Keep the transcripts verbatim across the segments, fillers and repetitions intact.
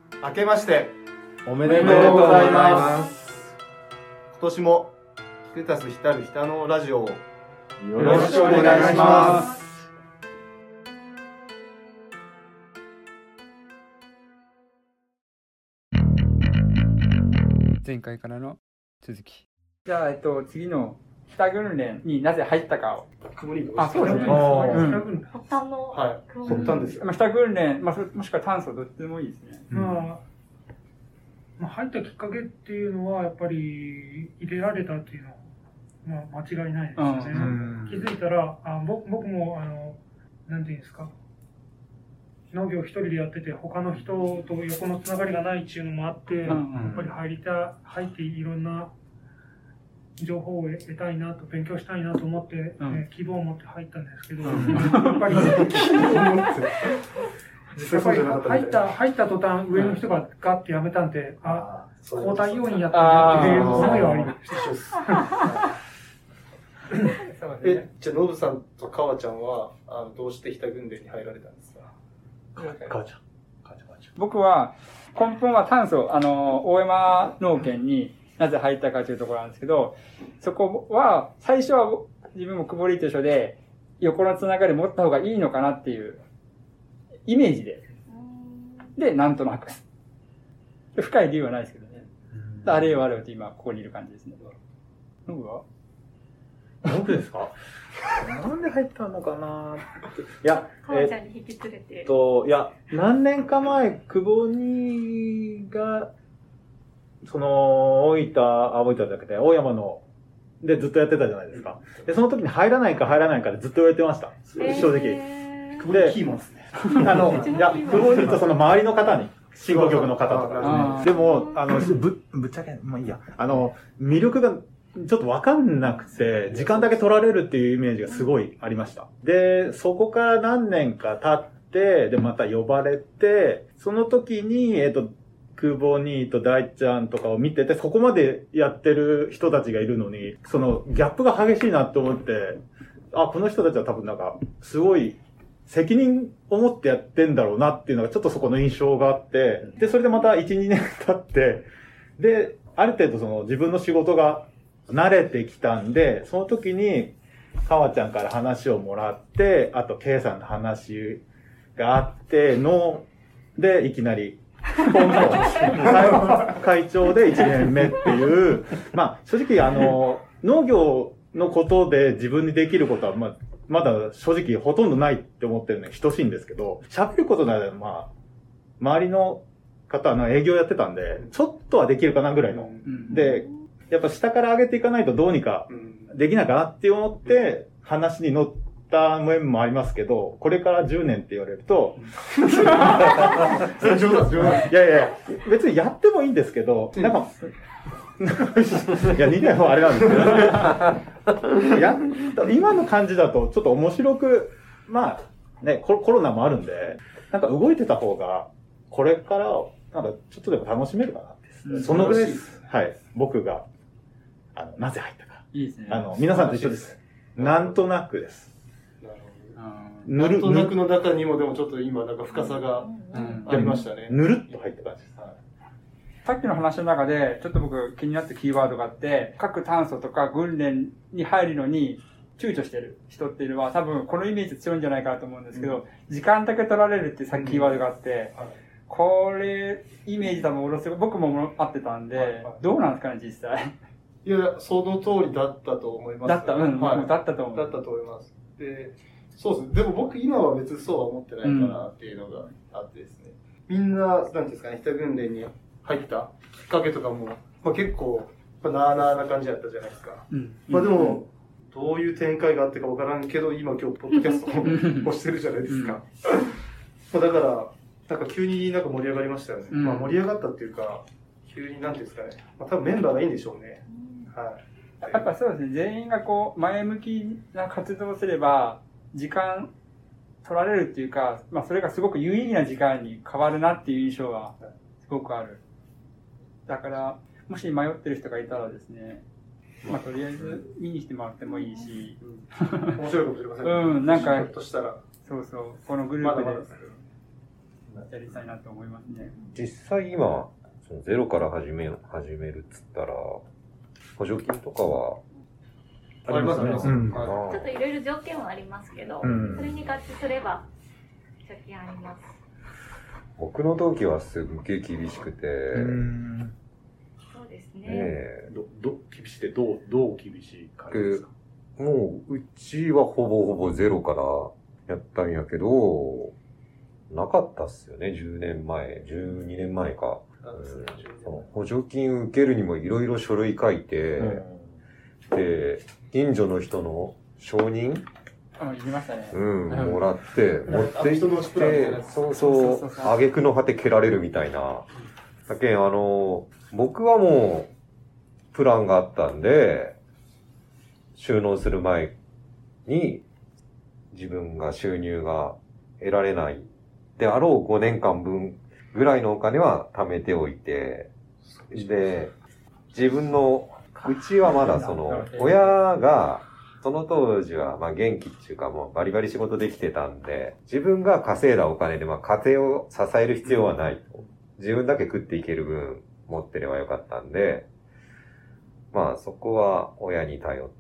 明けましておめでとうございます。 今年もキクタス浸る北のラジオをよろしくお願いします。 前回からの続き。じゃあ、えっと、次の北訓練になぜ入ったかを。あ、そうですね。 発端の。 はい。発端ですよ。 まあ、北訓練、まあ、もしくは炭素、どっちでもいいですね。 うん、まあ、まあ、入ったきっかけっていうのは、やっぱり入れられたっていうのは、まあ、間違いないですよね。気づいたら、あ僕僕も、あの、なんていうんですか、農業一人でやってて、他の人と横のつながりがないっていうのもあって、うんうん、やっぱり入りた、入っていろんな情報を得たいなと、勉強したいなと思って、うんね、希望を持って入ったんですけど、うん、やっぱり、やっぱり入った、入った途端、上の人がガッてやめたんで、あ、交代要員やったなっていう思いはありました。 え、じゃあ、ノブさんとカワちゃんは、あのどうして北訓練に入られたんですか？ カワちゃん。 僕は、根本は炭素、あの、大山農研になぜ入ったかというところなんですけど、そこは、最初は自分もくぼりと一緒で、横のつながり持った方がいいのかなっていうイメージで。で、なんとなく。深い理由はないですけどね。あれよあれよって今ここにいる感じですね。ノブは？ ノブですか？なんで入ったのかなって。いや、 カワちゃんに引き連れて。 えっと、いや、何年か前、久保にが、その、大分、あ、大分じゃなくて、大山の、でずっとやってたじゃないですか。で、その時に入らないか入らないかでずっと言われてました。正直。 久保にキーマンですね。 あの、いや、久保にとその周りの方に、進行局の方とかですね。でも、あの、ぶ、ぶっちゃけ、もういいや。あの、魅力が、ちょっとわかんなくて、時間だけ取られるっていうイメージがすごいありました。で、そこから何年か経って、で、また呼ばれて、その時に、えっと、久保兄と大ちゃんとかを見てて、そこまでやってる人たちがいるのに、そのギャップが激しいなって思って、あ、この人たちは多分なんか、すごい責任を持ってやってんだろうなっていうのがちょっとそこの印象があって、で、それでまたいち、にねん経って、で、ある程度その自分の仕事が慣れてきたんで、その時に、かわちゃんから話をもらって、あと、K さんの話があっての、で、いきなり、ポンと、会長でいちねんめっていう、まあ、正直あの、農業のことで自分にできることは、まあ、まだ正直ほとんどないって思ってるのに等しいんですけど、喋ることなら、まあ、周りの方は営業やってたんで、ちょっとはできるかなぐらいの。で、やっぱ下から上げていかないとどうにかできないかなって思って話に乗った面もありますけど、これからじゅうねんって言われると、 冗談、冗談。 いやいや、別にやってもいいんですけど、なんか、いや、にねんはあれなんですけど、や今の感じだとちょっと面白く、まあ、ね、コロナもあるんで、なんか動いてた方が、これから、なんかちょっとでも楽しめるかなって、うん、そのぐらいです。はい。僕が、あの、なぜ入ったか。 いいですね。 あの、皆さんと一緒です。なんとなくです。 なるほど。なんとなくの中にもでもちょっと今なんか深さがありましたね。 ぬるっと入った感じです。 さっきの話の中で、ちょっと僕気になったキーワードがあって、各炭素とか訓練に入るのに躊躇してる人っていうのは多分このイメージ強いんじゃないかなと思うんですけど、うん、時間だけ取られるっていうさっきキーワードがあって、うんはい、これ、イメージ多分ものすごい、僕も合ってたんで、はいはい、どうなんですかね、実際。 いや、その通りだったと思います。 だった、うん、はい、だったと思う。 だったと思います。で、そうですね。でも僕今は別にそうは思ってないかなっていうのがあってですね。うん、みんな、なんていうんですかね、北訓練に入ったきっかけとかも、まあ結構、まあ、なーなーな感じだったじゃないですか。うん、まあでも、どういう展開があってかわからんけど、今今日ポッドキャストをしてるじゃないですか。まあだから、なんか急になんか盛り上がりましたよね。うん、まあ盛り上がったっていうか、急になんていうんですかね。まあ多分メンバーがいいんでしょうね。うん、はい。 やっぱそうですね。全員がこう、前向きな活動をすれば、時間取られるっていうか、まあそれがすごく有意義な時間に変わるなっていう印象はすごくある。だから、もし迷ってる人がいたらですね、まあとりあえず見に来てもらってもいいし。 うん、面白いかもしれませんね。 うん、なんか、 ひょっとしたら。 そうそう、このグループで。 やりたいなと思いますね。 実際今、そのゼロから始める、始めるっつったら、補助金とかはありますね。 うん、 ちょっといろいろ条件はありますけど、うん、それに合致すれば、補助金あります。 僕の同期はすっげえ厳しくて、 うんそうですね。 ねど、ど、厳しくて、どう、どう厳しい感じですか？ もう、うちはほぼほぼゼロからやったんやけど、なかったっすよね、じゅうねんまえ、じゅうにねんまえか。うん、その補助金受けるにもいろいろ書類書いて、うん、で、近所の人の承認あ、言いましたね。 うん、もらって、持って行って、そうそう、挙句の果て蹴られるみたいな。だけん、あの、僕はもう、プランがあったんで、収納する前に、自分が収入が得られないであろうごねんかんぶんぐらいのお金は貯めておいて、で、自分の、うちはまだその、親が、その当時は、まあ元気っていうかもうバリバリ仕事できてたんで、自分が稼いだお金で、まあ家庭を支える必要はないと。自分だけ食っていける分持ってればよかったんで、まあそこは親に頼って、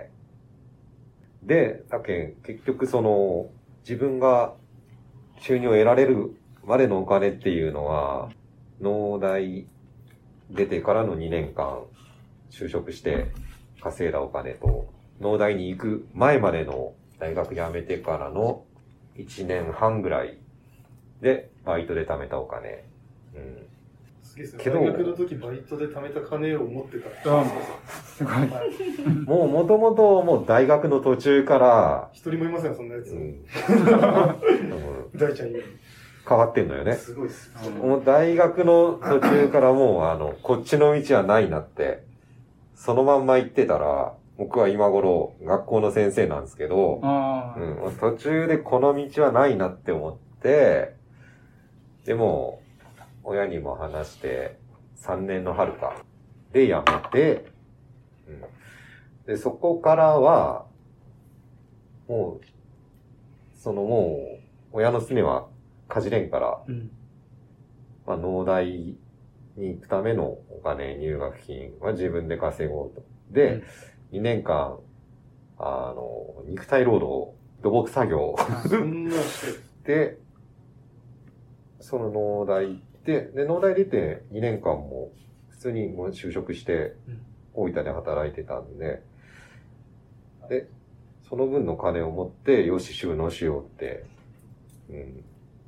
で、だけん結局その、自分が収入を得られるまでのお金っていうのは、農大出てからのにねんかん就職して稼いだお金と、農大に行く前までの大学辞めてからのいちねんはんぐらいでバイトで貯めたお金。うん。 すげえですね。大学の時バイトで貯めた金を持ってた。 うん。すごい。 もう元々もう大学の途中から、 一人もいません、そんなやつ。うん。大ちゃん言う。 変わってんのよね。 すごいっす。 もう大学の途中からもうあの、こっちの道はないなって、そのまんま行ってたら、僕は今頃学校の先生なんですけど、うん、途中でこの道はないなって思って、でも、親にも話して、さんねんの春か、で辞めて、うん、で、そこからは、もう、そのもう、親のすねはかじれんから、うん、まあ、農大に行くためのお金、入学金は自分で稼ごうと。で、うんにねんかん、あの、肉体労働、土木作業で、その農大行って、で、農大出てにねんかんも普通にもう就職して、大分で働いてたんで、で、その分の金を持って、よし、収納しようって、うん。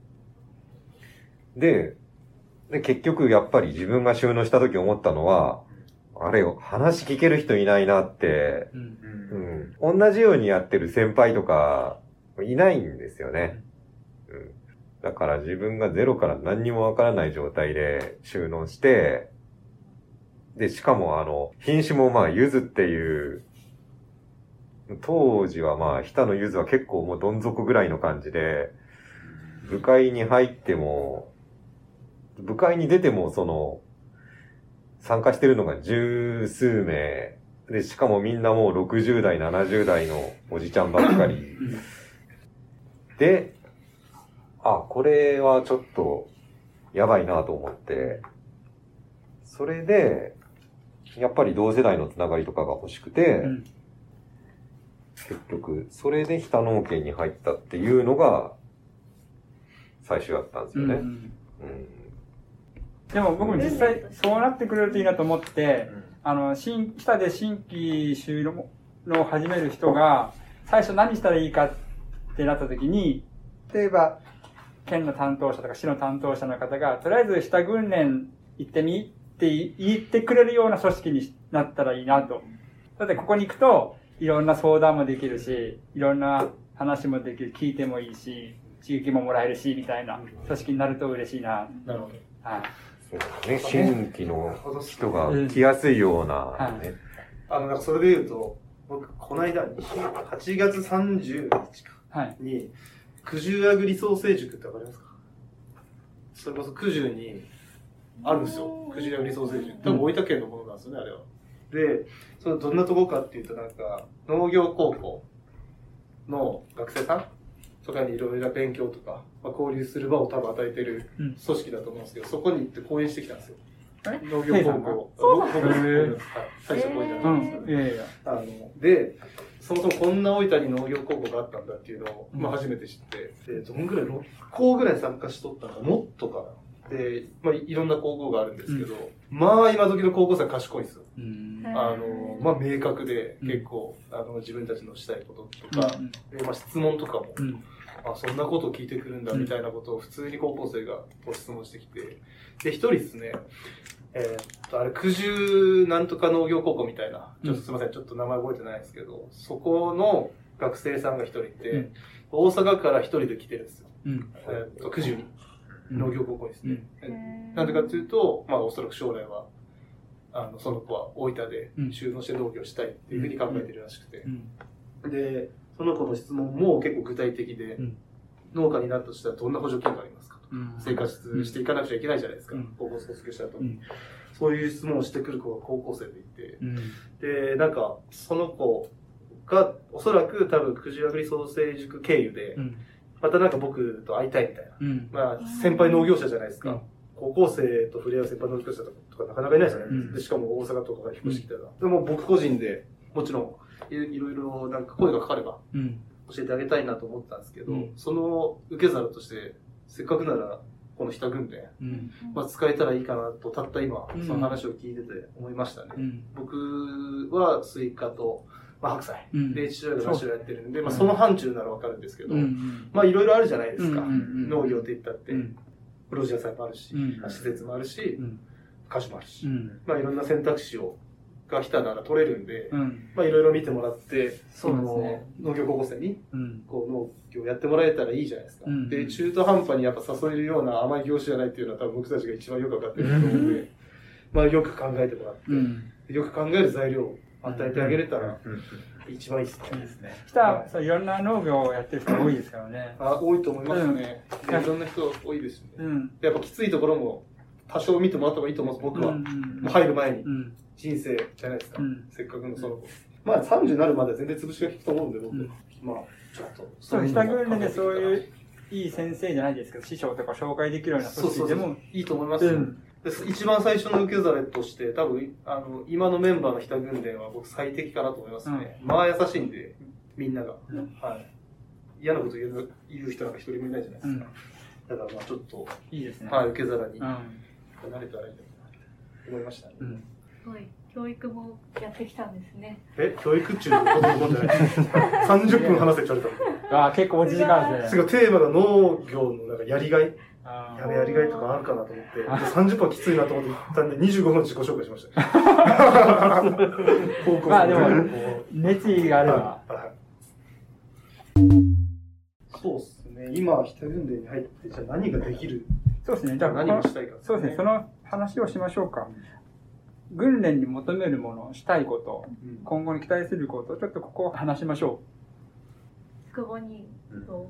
で、で、結局やっぱり自分が収納した時思ったのは、あれよ、話聞ける人いないなって、うんうん、同じようにやってる先輩とか、いないんですよね。うん、だから自分がゼロから何にもわからない状態で収納して、で、しかもあの、品種もまあ、柚子っていう、当時はまあ、日田の柚子は結構もうどん底ぐらいの感じで、部会に入っても、部会に出てもその、参加してるのが十数名。で、しかもみんなもうろくじゅうだい、ななじゅうだいのおじちゃんばっかり。で、あ、これはちょっとやばいなと思って、それで、やっぱり同世代のつながりとかが欲しくて、うん、結局、それで日田農研に入ったっていうのが最初だったんですよね。うんうんでも僕も実際そうなってくれるといいなと思って、あの、新、日田で新規就農を始める人が、最初何したらいいかってなった時に、例えば、県の担当者とか市の担当者の方が、とりあえず日田訓練行ってみって言ってくれるような組織になったらいいなと。だってここに行くと、いろんな相談もできるし、いろんな話もできる、聞いてもいいし、刺激ももらえるし、みたいな組織になると嬉しいな。 なるほど。 はい。 そうね、新規の人が来やすいような、ね。 あの、なんかそれで言うと、僕、この間、はちがつさんじゅうにちか。はい。に、九十アグリ創生塾ってわかりますか？それこそ九十にあるんですよ。九十アグリ創生塾。多分大分県のものなんですよね、あれは。で、それどんなとこかっていうと、なんか、農業高校の学生さんとかにいろいろな勉強とか、まあ、交流する場を多分与えてる組織だと思うんですけど、そこに行って講演してきたんですよ。農業高校。 そうなんですよ。最初講演だったんですけど。 いやいや。 あの、で、そもそもこんな大分に農業高校があったんだっていうのを、まあ初めて知って、で、どんぐらい、ろっこうぐらい参加しとったのか、もっとかな。で、まあいろんな高校があるんですけど、うん、まあ今時の高校生は賢いんですよ。うん、あの、まあ明確で、結構、あの、自分たちのしたいこととか、うん、でまあ質問とかも、うん、あ、そんなことを聞いてくるんだみたいなことを普通に高校生がご質問してきて、で、一人ですね、えー、っと、あれ、九十なんとか農業高校みたいな、ちょっとすみません、ちょっと名前覚えてないですけど、そこの学生さんが一人いて、うん、大阪から一人で来てるんですよ。うん、えー、っと、九十に、農業高校ですね。うん、なんでかっていうと、まあ、おそらく将来は、あの、その子は大分で就農して農業したいっていうふうに考えてるらしくて、で、その子の質問も結構具体的で、うん、農家になったとしたらどんな補助金がありますかと、うん、生活していかなくちゃいけないじゃないですか、うん、高校卒業した後、うん、そういう質問をしてくる子が高校生でいて、うん、で、なんか、その子がおそらく多分九十アグリ創生塾経由で、うん、またなんか僕と会いたいみたいな、うん、まあ先輩農業者じゃないですか、うん、高校生と触れ合う先輩農業者とかなかなかいないじゃないですか、うん、でしかも大阪とかから引っ越してきたら、うん、でも僕個人でもちろんいろいろなんか声がかかれば教えてあげたいなと思ったんですけど、うん、その受け皿としてせっかくならこの日田訓練、うん、まあ、使えたらいいかなとたった今その話を聞いてて思いましたね、うん、僕はスイカと、まあ、白菜、うん、で父親が梨をやってるんで、まあ、その範疇ならわかるんですけど、うん、まあいろいろあるじゃないですか、うん、農業って言ったって、うん、露地野菜もあるし、うん、施設もあるし、うん、果樹もあるし、うん、まあいろんな選択肢をが来たなら取れるんで、うん、まあいろいろ見てもらって、その、ね、農業高校生に、うん、こう農業やってもらえたらいいじゃないですか。うん、で、中途半端にやっぱ誘えるような甘い業種じゃないっていうのは多分僕たちが一番よくわかってると思うので、まあよく考えてもらって、うん、よく考える材料を与えてあげれたら一番いいですね。 したら、いろんな農業をやってる人多いですからね。 あ、多いと思いますね。うん、いろんな人多いですね。うん、やっぱきついところも多少見てもらった方がいいと思うんです、僕は。うんうん、入る前に。うん人生じゃないですか、うん、せっかくのその子、まあさんじゅうになるまでは全然潰しが効くと思うんで僕、うん、まあちょっとそう日田訓練でそういういい先生じゃないですけど師匠とか紹介できるような組織でもそうそうそういいと思います、うん、で一番最初の受け皿として多分あの今のメンバーの日田訓練は僕最適かなと思いますね、うん、まあ優しいんでみんなが、うん、はい、嫌なこと言う、言う人なんか一人もいないじゃないですか、うん、だからまあちょっといいですね、 はい、受け皿になれたらいいと思いましたね、うんすごい教育もやってきたんですね。 え、教育中のことのことじゃないさんじゅっぷん話せちゃうたああ、結構持ち時間ですね。テーマが農業のなんかやりがいやべやりがいとかあるかなと思って、さんじゅっぷんはきついなと思って行ったんで、にじゅうごふん自己紹介しました。 まあでも、熱意があれば。 そうですね。今、日田訓練に入って、じゃあ何ができるそうですね。じゃあ何をしたいか、ね。 そうですね。その話をしましょうか。訓練に求めるもの、したいこと、うん、今後に期待すること、ちょっとここを話しましょう。久保に、そう、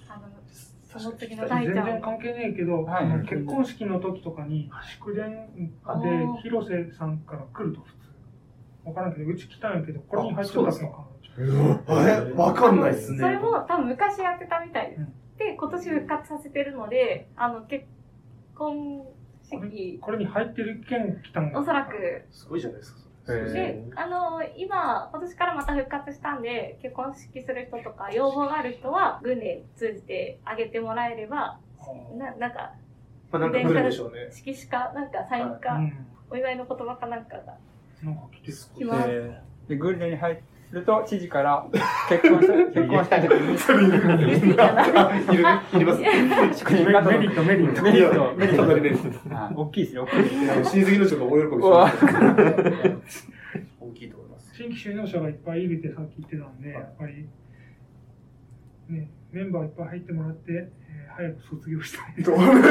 あの、その次の大ちゃん。 全然関係ないけど、はい、結婚式の時とかに、祝電で広瀬さんから来ると普通。わからんけど、うち来たんやけど、これに入っちゃったのかな。え、わかんないっすね。 それも多分昔やってたみたいです。うん、で、今年復活させてるので、あの、結婚、 これ, これに入ってる件来たんおそらく。 すごいじゃないですか。 で、あの、今、今年からまた復活したんで、結婚式する人とか、要望がある人は、訓練通じてあげてもらえれば、ななんか、 まあ、なんか来るでしょうね。 式しか、なんかサインか、はい、お祝いの言葉かなんかが、 来ます。で、訓練に入ると、知事から結婚した、結婚した時に。 それいるいるいります。 メリット、メリット。 メリット、メリット。メリット。大きいですよ、大きいです。 親戚の人が大喜びしてます。大きいと思います。 新規就農者がいっぱいいるってさっき言ってたんで、やっぱり、ね、メンバーいっぱい入ってもらって、えー、早く卒業したい。ポ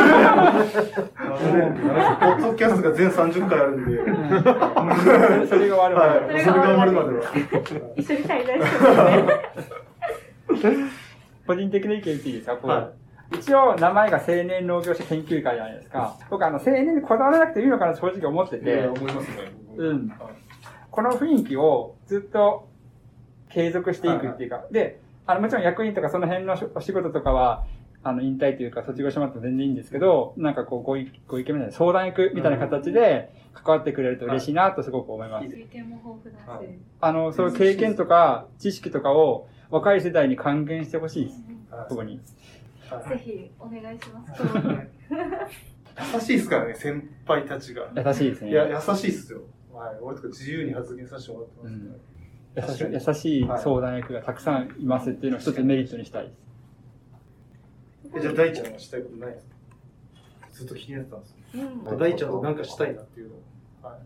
ッドキャストが全さんじゅっかいあるんで。 それが終わるまで。それが終わるまでは。 一緒に滞在してる。 個人的な意見言っていいですか、こう、はい、一応名前が青年農業者研究会じゃないですか。僕あの青年にこだわらなくていいのかなと正直思ってて。 思いますね。 うん。この雰囲気をずっと継続していくっていうか、はいはい、で、 あの、もちろん役員とかその辺のお仕事とかは、あの、引退というか卒業してもらっても全然いいんですけど、なんかこう、ご意ご意見みたいな、相談役みたいな形で関わってくれると嬉しいなとすごく思います。 経験も豊富だし。 あの、そういう経験とか知識とかを若い世代に還元してほしいです。ここに。 ぜひ、お願いします。 優しいですからね、先輩たちが。 優しいですね。 いや、優しいっすよ。はい。俺とか自由に発言させてもらってますね。 うん、優しい、優しい相談役がたくさんいますっていうのを一つメリットにしたいです。 え、じゃあ大ちゃんはしたいことないですか？ずっと気になってたんですよ。うん、大ちゃんとなんかしたいなっていうのを。はい。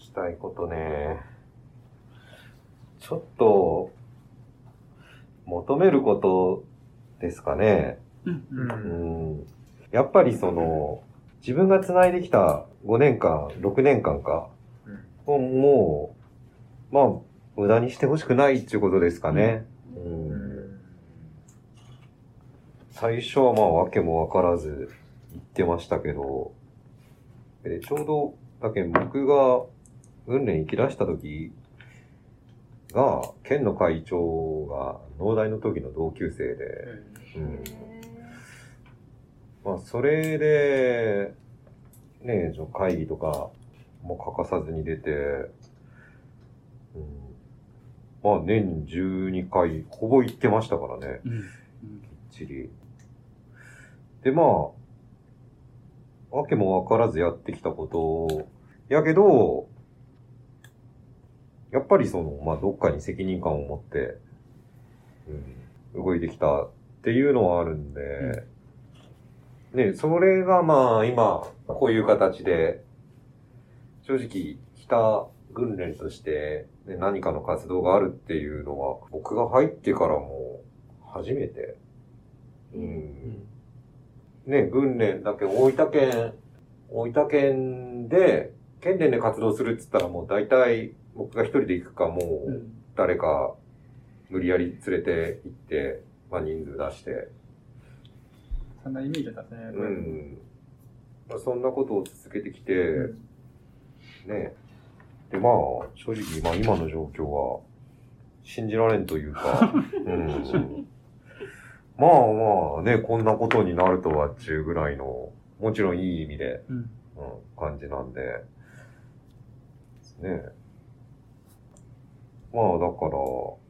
したいことね。ちょっと、求めることですかね。うん。うん、やっぱりその、自分が繋いできたごねんかん、ろくねんかんか、うん、もう、まあ、無駄にしてほしくないっていうことですかね。うんうん、最初はまあ、わけもわからず言ってましたけど、でちょうど、だけ僕が訓練行き出した時が、県の会長が農大の時の同級生で、うんまあ、それで、ね、会議とかも欠かさずに出て、うん、まあ年じゅうにかい、ほぼ行ってましたからね。うんうん、きっちり。で、まあ、わけもわからずやってきたことやけど、やっぱりその、まあどっかに責任感を持って、うん、動いてきたっていうのはあるんで、うんね、それがまあ今、こういう形で、正直、北訓練として、ね、何かの活動があるっていうのは、僕が入ってからも初めて。うん。ね、訓練だけ大分県、大分県で、県連で活動するって言ったらもう大体僕が一人で行くか、もう誰か無理やり連れて行って、まあ人数出して、 そんなイメージだったね。 うん。まあ、そんなことを続けてきて、うん、ね。で、まあ、正直、まあ今の状況は、信じられんというか、うん。まあまあね、こんなことになるとはっちゅうぐらいの、もちろんいい意味で、うん、うん、感じなんで、ね。まあだから、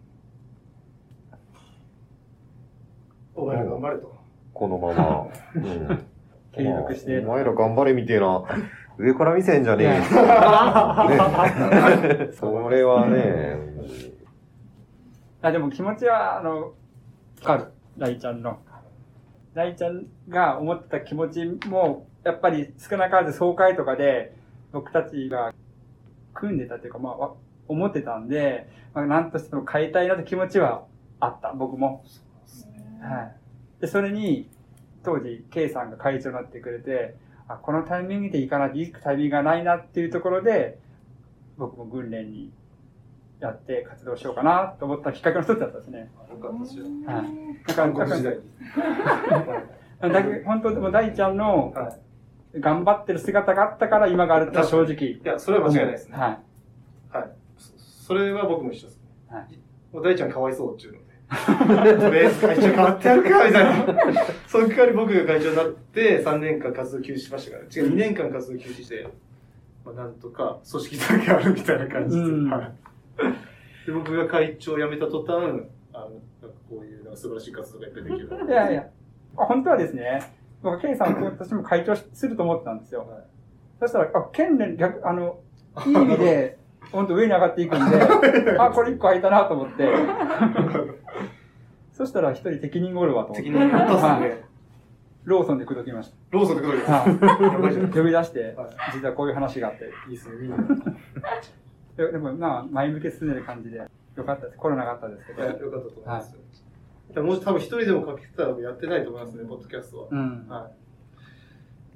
お前ら頑張れと。 このまま、うん。 継続して。 お前ら頑張れみてえな、上から見せんじゃねえ。ね、それはね、 あ、でも気持ちは、あの、わかる。大ちゃんの。大ちゃんが思ってた気持ちも、やっぱり少なからず総会とかで、僕たちが組んでたというか、まあ、思ってたんで、まあ、なんとしても変えたいなって気持ちはあった、僕も。はい。で、それに、当時、K さんが会長になってくれて、あ、このタイミングで行かないと行くタイミングがないなっていうところで、僕も訓練にやって活動しようかなと思ったきっかけの一つだったんですね。 よかったですよ。 はい。だから、だからだけ本当、でも大ちゃんの頑張ってる姿があったから今があるって正直。 いや、それは間違いないですね。 はい。 はい。それは僕も一緒ですね。 はい。 もう大ちゃんかわいそうっていうので。とりあえず会長変わってやるか、みたいな。その代わり僕が会長になって、さんねんかん活動休止しましたから、違う、にねんかん活動休止して、まあ、なんとか組織だけあるみたいな感じです。はい。で、僕が会長を辞めた途端、あの、なんかこういうなんか素晴らしい活動がいっぱいできる。 いやいや、本当はですね、僕、ケンさん私も会長すると思ってたんですよ。はい、そしたら、あ、県連逆、あの、いい意味で、本当上に上がっていくんで、あ、これ一個空いたなと思って。そしたら一人適任がおるわと思って。 適任がおったっすね。 ローソンで口説きました。 ローソンで口説きました。 呼び出して、実はこういう話があって、いいっすね、みんな。でも、まあ、前向け進んでる感じで、よかったです。コロナがあったですけど。 よかったと思います。はい、もし多分一人でもかけてたらやってないと思いますね、ポッドキャストは。うん。はい。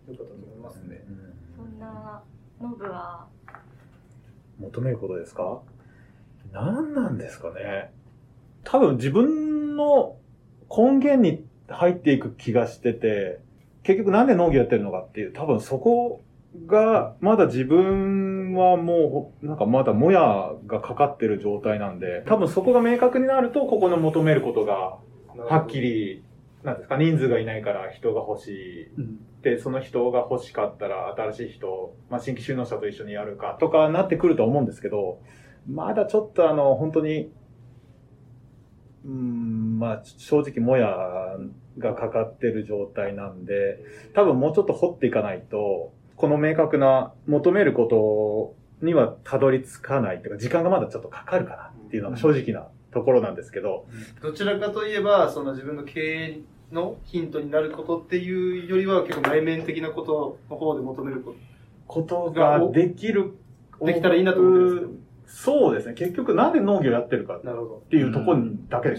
よかったと思いますね。 そんな、ノブは、 求めることですか？何なんですかね。多分自分の根源に入っていく気がしてて、結局なんで農業やってるのかっていう、多分そこが、まだ自分はもう、なんかまだもやがかかってる状態なんで、多分そこが明確になると、ここの求めることが、はっきり、なんですか、人数がいないから人が欲しい。うん、で、その人が欲しかったら新しい人、まあ、新規就農者と一緒にやるかとかなってくると思うんですけど、まだちょっとあの、本当に、うーん、まあ、正直もやがかかってる状態なんで、多分もうちょっと掘っていかないと、この明確な求めることにはたどり着かないというか、時間がまだちょっとかかるかなっていうのが正直なところなんですけど。 どちらかといえば、その自分の経営のヒントになることっていうよりは、結構内面的なことの方で求めること。 ことができる。 できたらいいなと思ってるんですけど。 そうですね。結局なんで農業やってるかっていうところだけです。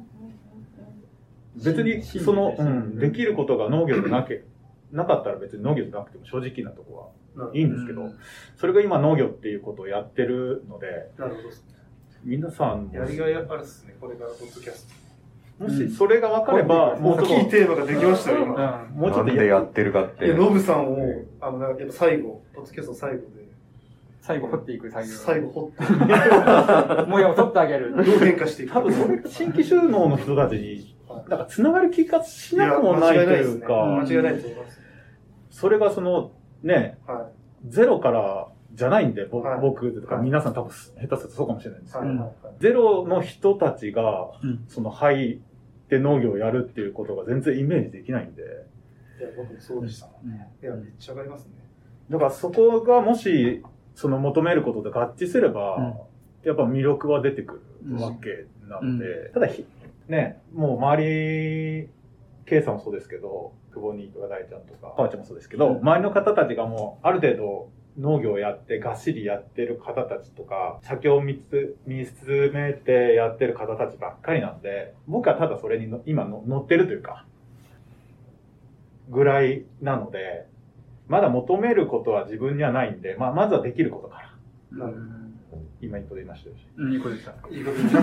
別に、その、うん、できることが農業でなけ、なかったら別に農業じゃなくても正直なところはいいんですけど、それが今農業っていうことをやってるので、 なるほどですね。 皆さんやりがいあるっすね、これからポッドキャスト。もしそれが分かれば、 もうちょっと。大きいテーマができましたよ、今。 もうちょっとやってるかって。 いや、ノブさんを、あの、やっぱ最後、ポッドキャストの最後で、 最後掘っていく作業。 最後掘っていく。 もやを取ってあげる。 どう変化していく。 多分それが新規収納の人たちに、なんか繋がる気がしなくもないというか、 間違いないと思います。 それがその、ね、はい、ゼロからじゃないんで、僕、はい、僕とか皆さん多分下手するとそうかもしれないんですけど、はいはい、ゼロの人たちが、うん、その入って農業をやるっていうことが全然イメージできないんで。 いや、僕もそうでした。うん、いや、めっちゃわかりますね。 だからそこがもし、その求めることと合致すれば、うん、やっぱ魅力は出てくるわけなので、うん、ただね、もう周り、K さんもそうですけど、久保兄とか大ちゃんとか、川ちゃんもそうですけど、うん、周りの方たちがもうある程度農業をやってがっしりやってる方たちとか、先を見つ、見つめてやってる方たちばっかりなんで、僕はただそれにの今の乗ってるというか、ぐらいなので、まだ求めることは自分にはないんで、まあ、まずはできることから。うん、今いいこと言いましたよ。 うん、いいことでした。 いいこと言いました。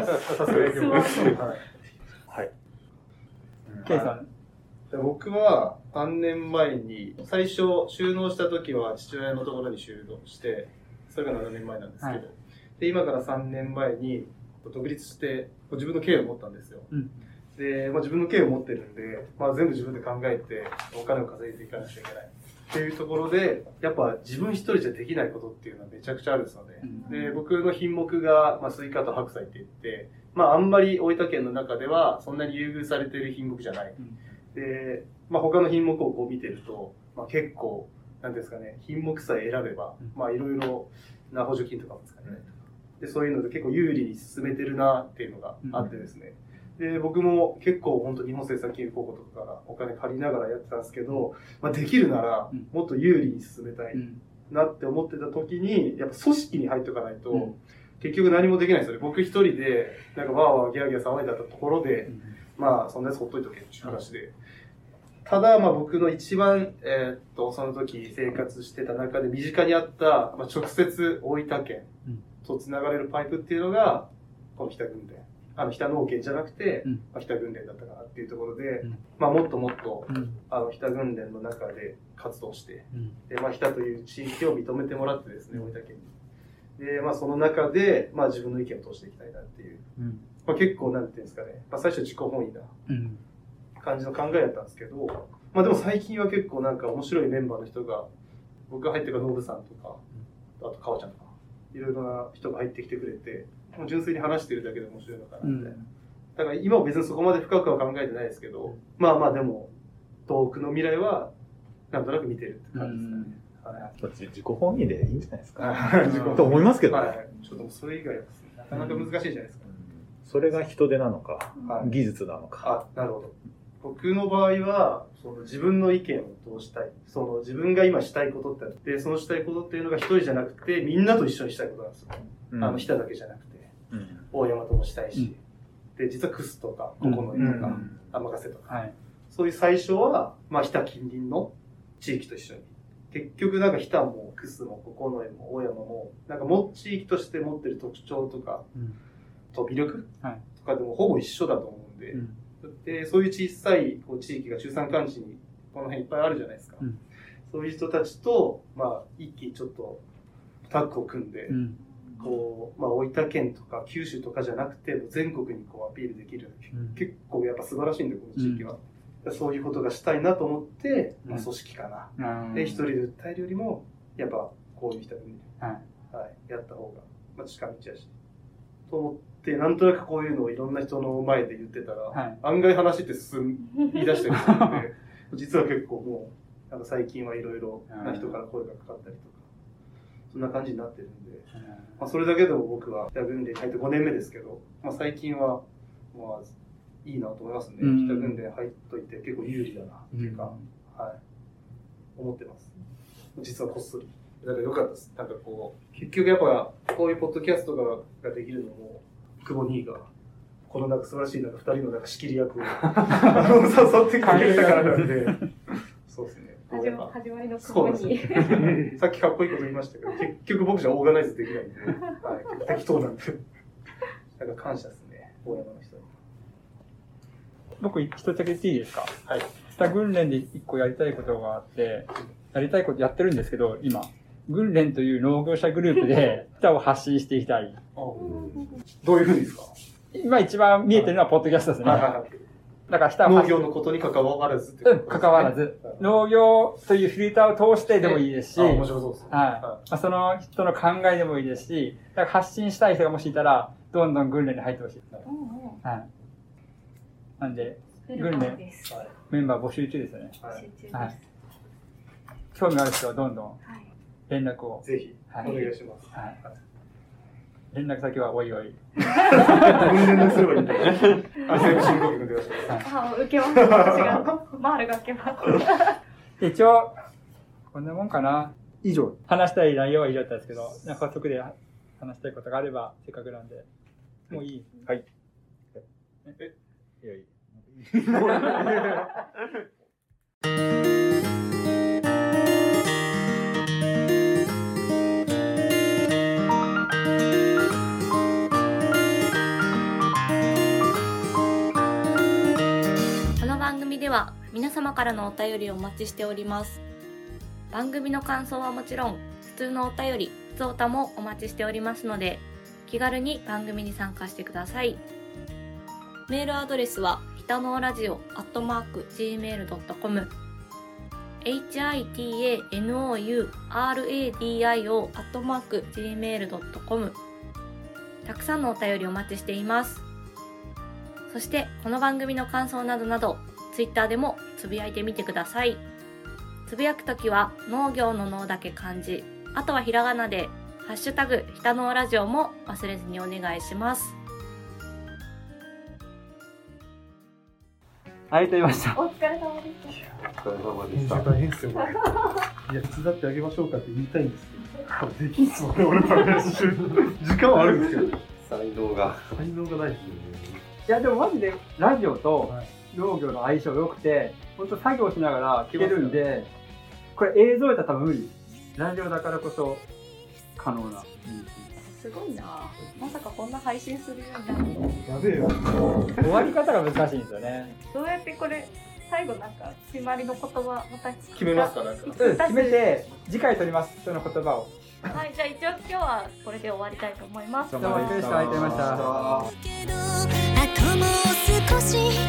さすがに。 はい。 ケイさん。 僕はさんねんまえに、最初収納した時は父親のところに収納して、それがななねんまえなんですけど、はい、で、今からさんねんまえに独立して自分の経営を持ったんですよ。うん、で、まあ、自分の経営を持ってるんで、まあ、全部自分で考えてお金を稼いでいかなきゃいけない。っていうところで、やっぱ自分一人じゃできないことっていうのはめちゃくちゃあるんですよね。うん、で、僕の品目が、まあ、スイカと白菜って言って、まあ、あんまり大分県の中ではそんなに優遇されてる品目じゃない。うん、で、まあ、他の品目をこう見てると、まあ、結構、なんですかね、品目さえ選べば、まあ、いろいろな補助金とかも使えないとか。で、そういうので結構有利に進めてるなっていうのがあってですね。で、僕も結構本当日本生産金融高校とかからお金借りながらやってたんですけど、まあ、できるならもっと有利に進めたいなって思ってた時に、やっぱ組織に入っておかないと、結局何もできないですよね。僕一人で、なんかわーわーギャーギャー騒いだところで、まあそんなやつほっといとけっていう話で。ただ、まあ僕の一番、えー、っと、その時生活してた中で身近にあった、まあ、直接大分県と繋がれるパイプっていうのが、この日田郡田。あの、日田農研じゃなくて、うん、まあ、日田郡田だったかなっていうところで、うん、まあもっともっと、うん、あの、日田郡田の中で活動して、うん、で、まあ日田という地域を認めてもらってですね、大分県に。で、まあその中で、まあ自分の意見を通していきたいなっていう。うん、まあ結構、なんていうんですかね、まあ最初自己本位な感じの考えだったんですけど、まあでも最近は結構なんか面白いメンバーの人が、僕が入ってからノブさんとか、あと川ちゃんとか、いろいろな人が入ってきてくれて、もう純粋に話してるだけで面白いのかなみたいな。だから今は別にそこまで深くは考えてないですけど、まあまあでも、遠くの未来は、なんとなく見てるって感じですかね。はい、 自己本位でいいんじゃないですか。自己と思いますけどね。はい、 ちょっとそれ以外はですね、なかなか難しいじゃないですか。 それが人手なのか、はい、技術なのか。 あ、なるほど。僕の場合は、その自分の意見をどうしたい。その自分が今したいことってあって、そのしたいことっていうのが一人じゃなくて、みんなと一緒にしたいことなんですよ。うん、あの、日田だけじゃなくて。うん、大山ともしたいし、うん、で、実はクスとか、ここの絵とか、天ヶ瀬とか、はい、そういう最初は、まあ、日田近隣の地域と一緒に。結局なんか日田もクスもここの絵も大山も、なんかも地域として持ってる特徴とか、うん、と魅力、はい、とかでもほぼ一緒だと思うんで、うん、で、そういう小さいこう地域が中山間地にこの辺いっぱいあるじゃないですか。うん、 そういう人たちと、まあ、一気にちょっとタッグを組んで、うん、こう、まあ、大分県とか九州とかじゃなくて、全国にこうアピールできる、うん、結構やっぱ素晴らしいんで、この地域は。うん、そういうことがしたいなと思って、まあ、組織かな。うん、で、一人で訴えるよりも、やっぱこういう人に、はいはい、やった方が、まあ、近道やし。と思って、なんとなくこういうのをいろんな人の前で言ってたら、はい、案外話って進み出してるので、実は結構もう、なんか最近はいろいろな人から声がかかったりとか、そんな感じになってるんで、まあ、それだけでも僕は北軍連に入ってごねんめですけど、まあ、最近は、まあ、いいなと思いますね。北軍連入っといて結構有利だなっていうか、はい、思ってます。実はこっそり。だから良かったです。なんかこう、結局やっぱこういうポッドキャストがができるのも、久保兄が、このなんか素晴らしいなんか二人のなんか仕切り役を誘ってくれたからなんで、そうですね。 始ま始まりの久保兄。 さっきかっこいいこと言いましたけど、結局僕じゃオーガナイズできないんで、はい、適当なんで。なんか感謝ですね、大山の人に。 僕一つだけ言っていいですか？ はい。 北軍連で一個やりたいことがあって、やりたいことやってるんですけど、今。軍連という農業者グループで北を発信していきたい。 どういうふうにですか？ 今一番見えてるのはポッドキャストですね。だから北農業のことに関わらずってことですね。うん、関わらず。農業というフィルターを通してでもいいですし、 面白そうですね。 はい。まあ、その人の考えでもいいですし、だから発信したい人がもしいたら、どんどん軍連に入ってほしい。はい。なんで、軍連、メンバー募集中ですよね。はい。興味ある人はどんどん。連絡を。 ぜひ、はい、お願いします。はい。 連絡先はおいおい。 連絡すればいいんだよ。あ、全部申告でお願いします。 あ、受けます。私が、マールが受けます。 一応、こんなもんかな。以上。話したい内容は以上だったんですけど、なんか早速で話したいことがあれば、せっかくなんで。もういい？ はい。 え、 いやいい。 番組では皆様からのお便りをお待ちしております。番組の感想はもちろん普通のお便り、普通歌もお待ちしておりますので、気軽に番組に参加してください。メールアドレスはひたのラジオアットマーク ジーメールドットコム エイチアイティーエーエヌオーユーアールエーディーアイオー アットマーク ジーメールドットコム たくさんのお便りお待ちしています。そしてこの番組の感想などなどツイッターでもつぶやいてみてください。つぶやくときは農業の農だけ漢字、あとはひらがなでハッシュタグひたのラジオも忘れずにお願いします。 ありがとうございました。 お疲れ様でした。お疲れ様でした。 大変ですよ。いや、手伝ってあげましょうかって言いたいんですけど、できんすもんね、俺の練習。時間はあるんですけど。 才能が。 才能がないですよね。 いや、でもマジでラジオと、はい、農業の相性良くて、本当作業しながら聞けるんで、これ映像やったら多分無理。ラジオだからこそ可能な。 すごいな。まさかこんな配信するようになるの。 やべえよ。 終わり方が難しいんですよね。 どうやってこれ最後なんか決まりの言葉また決めますかなんか。 うん、決めて次回取ります。その言葉を。 はい、じゃあ一応今日はこれで終わりたいと思います。 どうもありがとうございました。 ありがとうございました。